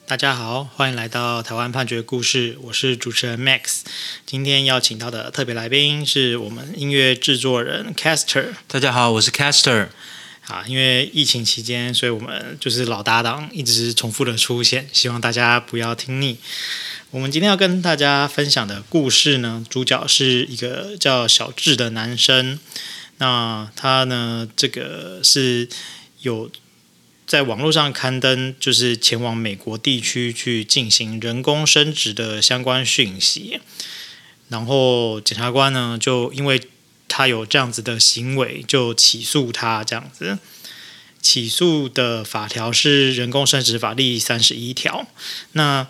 大家好，欢迎来到台湾判决故事，我是主持人 Max。今天邀请到的特别来宾是我们音乐制作人 Caster。 大家好，我是 Caster。 因为疫情期间，所以我们就是老搭档一直重复的出现，希望大家不要听腻。我们今天要跟大家分享的故事呢，主角是一个叫小智的男生。那他呢，这个是有在网络上刊登，就是前往美国地区去进行人工生殖的相关讯息。然后检察官呢，就因为他有这样子的行为，就起诉他这样子。起诉的法条是人工生殖法第31条。那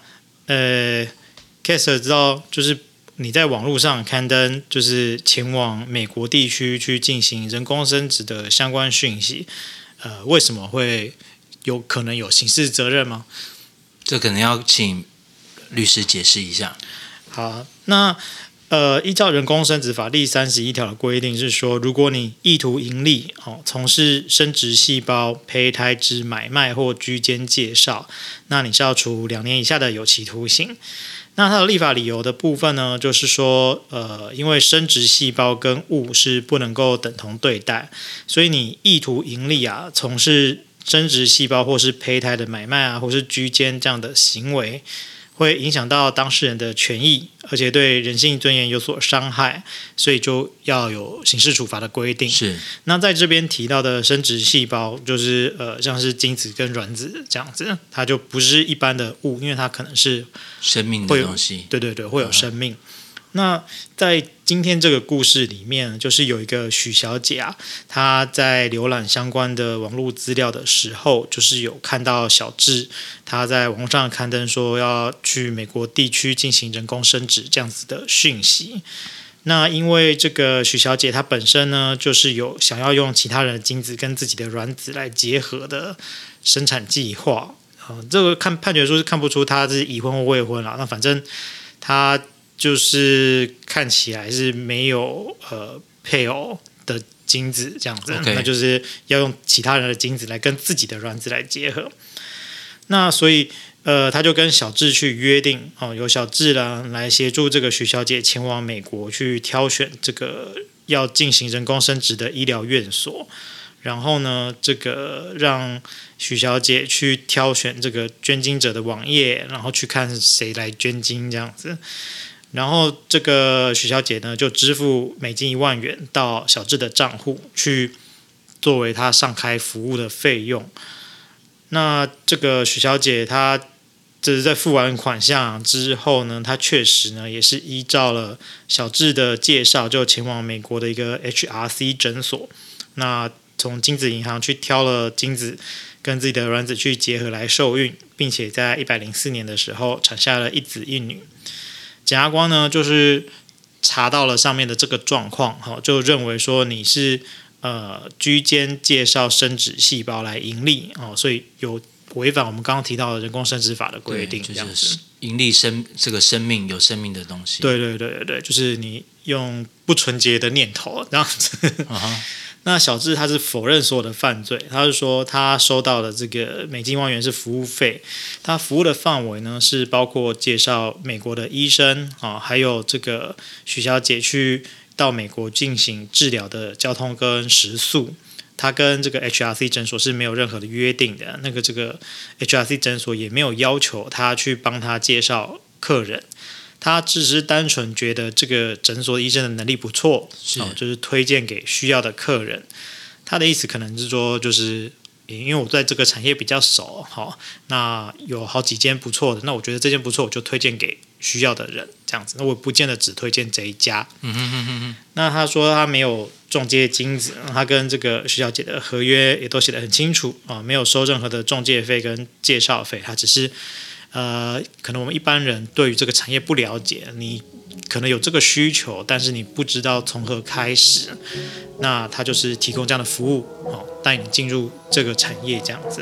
Caster 知道，就是你在网络上刊登，就是前往美国地区去进行人工生殖的相关讯息，为什么会有可能有刑事责任吗？ 这可能要请律师解释一下。 好，那依照人工生殖法第31条的规定是说，如果你意图盈利，从事生殖细胞、胚胎之买卖或居间介绍，那你是要处2年以下的有期徒刑。那它的立法理由的部分呢，就是说，因为生殖细胞跟物是不能够等同对待，所以你意图盈利从事生殖细胞或是胚胎的买卖或是居间这样的行为，会影响到当事人的权益，而且对人性尊严有所伤害，所以就要有刑事处罚的规定。 是。 那在这边提到的生殖细胞，就是像是精子跟卵子这样子，它就不是一般的物，因为它可能是生命的东西。 对，会有生命。那在今天这个故事里面，就是有一个许小姐她在浏览相关的网络资料的时候，就是有看到小智她在网络上刊登说要去美国地区进行人工生殖这样子的讯息。那因为这个许小姐她本身呢，就是有想要用其他人的精子跟自己的卵子来结合的生产计划。这个看判决书是看不出她是已婚或未婚啦，那反正她就是看起来是没有配偶的精子这样子， 那就是要用其他人的精子来跟自己的卵子来结合。那所以他就跟小智去约定，由小智来协助这个许小姐前往美国去挑选这个要进行人工生殖的医疗院所，然后呢，这个让许小姐去挑选这个捐精者的网页，然后去看谁来捐精这样子。然后这个许小姐呢，就支付美金1万元到小智的账户，去作为她上开服务的费用。那这个许小姐她这是在付完款项之后呢，她确实呢也是依照了小智的介绍，就前往美国的一个 HRC 诊所，那从精子银行去挑了精子跟自己的卵子去结合来受孕，并且在104年的时候产下了1子1女。检察官呢，就是查到了上面的这个状况，就认为说你是居间介绍生殖细胞来盈利，所以有违反我们刚刚提到的人工生殖法的规定， 就是盈利这个生命有生命的东西。 对，就是你用不纯洁的念头这样子。那小智他是否认所有的犯罪，他是说他收到的这个美金1万元是服务费，他服务的范围呢是包括介绍美国的医生还有这个许小姐去到美国进行治疗的交通跟食宿。他跟这个 HRC 诊所是没有任何的约定的，那个这个 HRC 诊所也没有要求他去帮他介绍客人，他只是单纯觉得这个诊所医生的能力不错，就是推荐给需要的客人。他的意思可能是说，就是因为我在这个产业比较熟，那有好几间不错的，那我觉得这间不错，我就推荐给需要的人，这样子。那我不见得只推荐这一家。那他说他没有中介精子，他跟这个许小姐的合约也都写得很清楚没有收任何的中介费跟介绍费，他只是可能我们一般人对于这个产业不了解，你可能有这个需求，但是你不知道从何开始，那他就是提供这样的服务，带你进入这个产业这样子。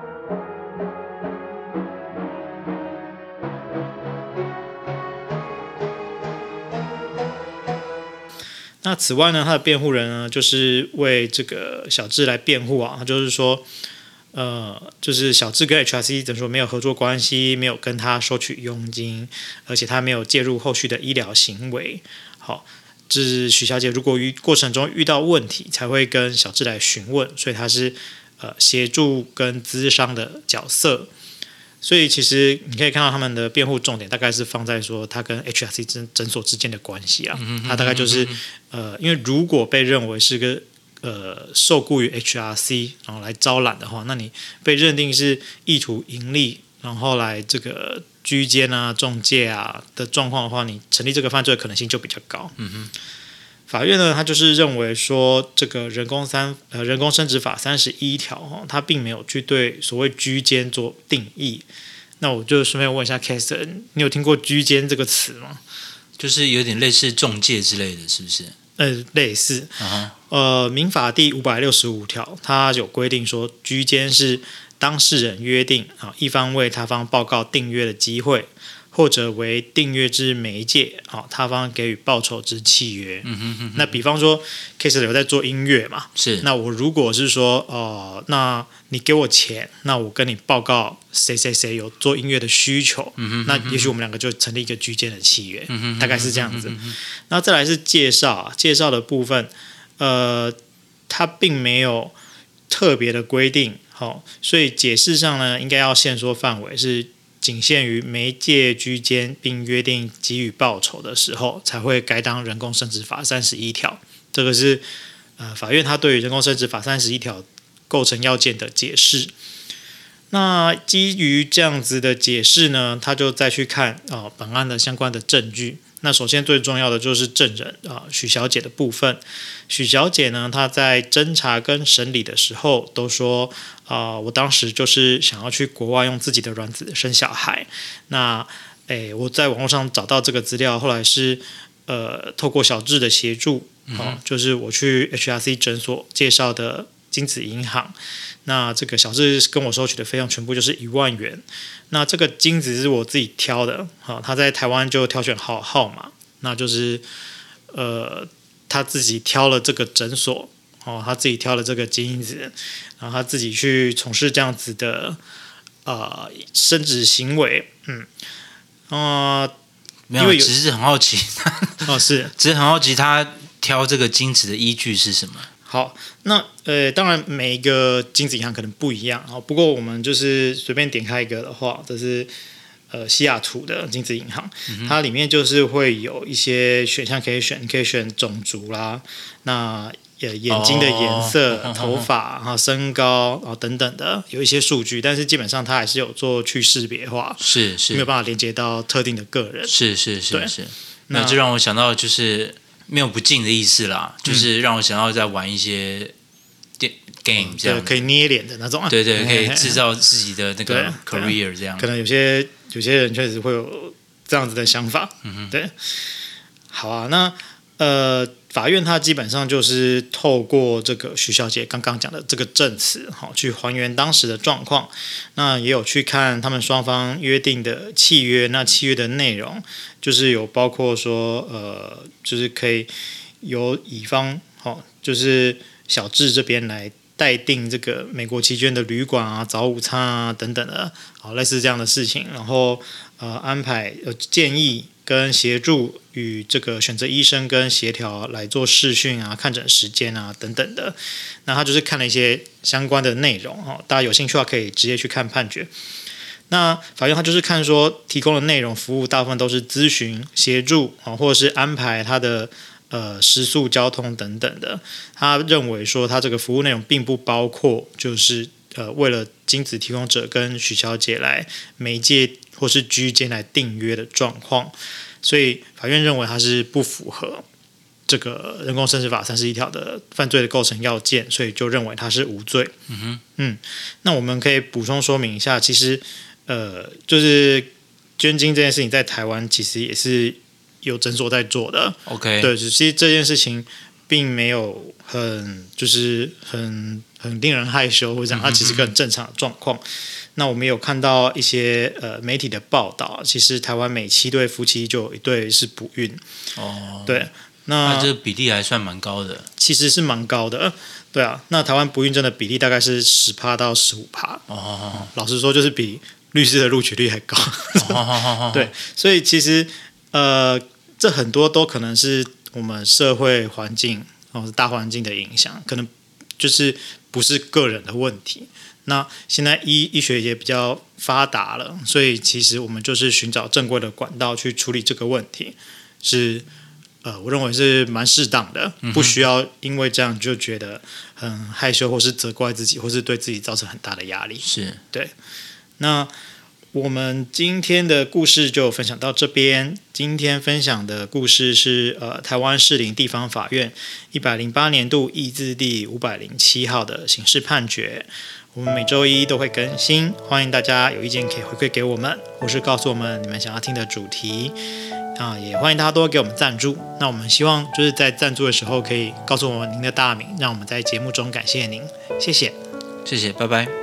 那此外呢，他的辩护人呢，就是为这个小智来辩护他就是说， 就是小智跟 HRC 诊所没有合作关系，没有跟他收取佣金，而且他没有介入后续的医疗行为。好，就是许小姐如果过程中遇到问题，才会跟小智来询问，所以他是协助跟咨商的角色。所以其实你可以看到他们的辩护重点大概是放在说他跟 HRC 诊所之间的关系啊，他大概就是因为如果被认为是个受雇于 HRC 然后来招揽的话，那你被认定是意图盈利，然后来这个居奸啊、中介啊的状况的话，你成立这个犯罪的可能性就比较高。法院呢，他就是认为说，这个人工生殖法31条，它并没有去对所谓居奸做定义。那我就顺便问一下 Kester， 你有听过居奸这个词吗？ 就是有点类似中介之类的，是不是？ 类似。民法第565条，它有规定说，居奸是当事人约定一方为他方报告订约的机会，或者为订约之媒介，他方给予报酬之契约。那比方说 ，Kester 有在做音乐嘛？ 是。 那我如果是说，那你给我钱，那我跟你报告谁谁谁有做音乐的需求，那也许我们两个就成立一个居间的契约，大概是这样子。那再来是介绍的部分，它并没有特别的规定，所以解释上呢，应该要限缩范围是仅限于媒介居间并约定给予报酬的时候，才会该当人工生殖法31条。这个是法院他对于人工生殖法31条构成要件的解释。那基于这样子的解释呢，他就再去看本案的相关的证据。那首先最重要的就是证人许小姐的部分。许小姐呢，她在侦查跟审理的时候都说我当时就是想要去国外用自己的卵子生小孩。那我在网络上找到这个资料，后来是透过小智的协助，就是我去 HRC 诊所介绍的精子银行。那这个小智跟我收取的费用全部就是1万元。那这个精子是我自己挑的，他在台湾就挑选号码，那就是他自己挑了这个诊所，他自己挑了这个精子，然后他自己去从事这样子的生殖行为。 没有，只是很好奇是， 只是很好奇他挑这个精子的依据是什么？ 好，那当然每一个精子银行可能不一样，不过我们就是随便点开一个的话，这是西雅图的精子银行，它里面就是会有一些选项可以选，你可以选种族啦，那眼睛的颜色、头发、身高等等的，有一些数据，但是基本上它还是有做去识别化， 是没有办法连接到特定的个人， 是。那就让我想到就是没有不敬的意思啦，就是让我想到在玩一些game 这样， 对，可以捏脸的那种， 对，可以制造自己的那个 career 这样。 可能有些人确实会有这样子的想法，对。好啊，那法院它基本上就是透过这个许小姐刚刚讲的这个证词，去还原当时的状况。那也有去看他们双方约定的契约，那契约的内容就是有包括说，就是可以由乙方，就是小智这边来代订这个美国期间的旅馆啊、早午餐啊等等的，类似这样的事情，然后安排建议跟协助与这个选择医生跟协调来做视讯啊、看诊时间啊等等的。那他就是看了一些相关的内容，大家有兴趣的话可以直接去看判决。那法院他就是看说提供的内容服务大部分都是咨询、协助或者是安排他的食宿、交通等等的。他认为说他这个服务内容并不包括就是为了精子提供者跟许小姐来媒介或是居间来订约的状况，所以法院认为它是不符合这个人工生殖法31条的犯罪的构成要件，所以就认为它是无罪。那我们可以补充说明一下，其实就是捐精这件事情在台湾其实也是有诊所在做的。 OK， 对，其实这件事情并没有很令人害羞，或者讲它其实个很正常的状况。那我们有看到一些媒体的报道，其实台湾每7对夫妻就有1对是不孕。对，那这个比例还算蛮高的， 其实是蛮高的。 对啊，那台湾不孕症的比例大概是10%到15%。老实说，就是比律师的录取率还高。对，所以其实这很多都可能是我们社会环境大环境的影响，可能就是不是个人的问题。那现在医学也比较发达了，所以其实我们就是寻找正规的管道去处理这个问题，是我认为是蛮适当的，不需要因为这样就觉得很害羞，或是责怪自己，或是对自己造成很大的压力。 是， 对。那我们今天的故事就分享到这边。今天分享的故事是台湾士林地方法院108年度易字第507号的刑事判决。我们每周一都会更新，欢迎大家有意见可以回馈给我们，或是告诉我们你们想要听的主题。也欢迎大家多给我们赞助。那我们希望就是在赞助的时候可以告诉我们您的大名，让我们在节目中感谢您。谢谢， 谢谢，拜拜。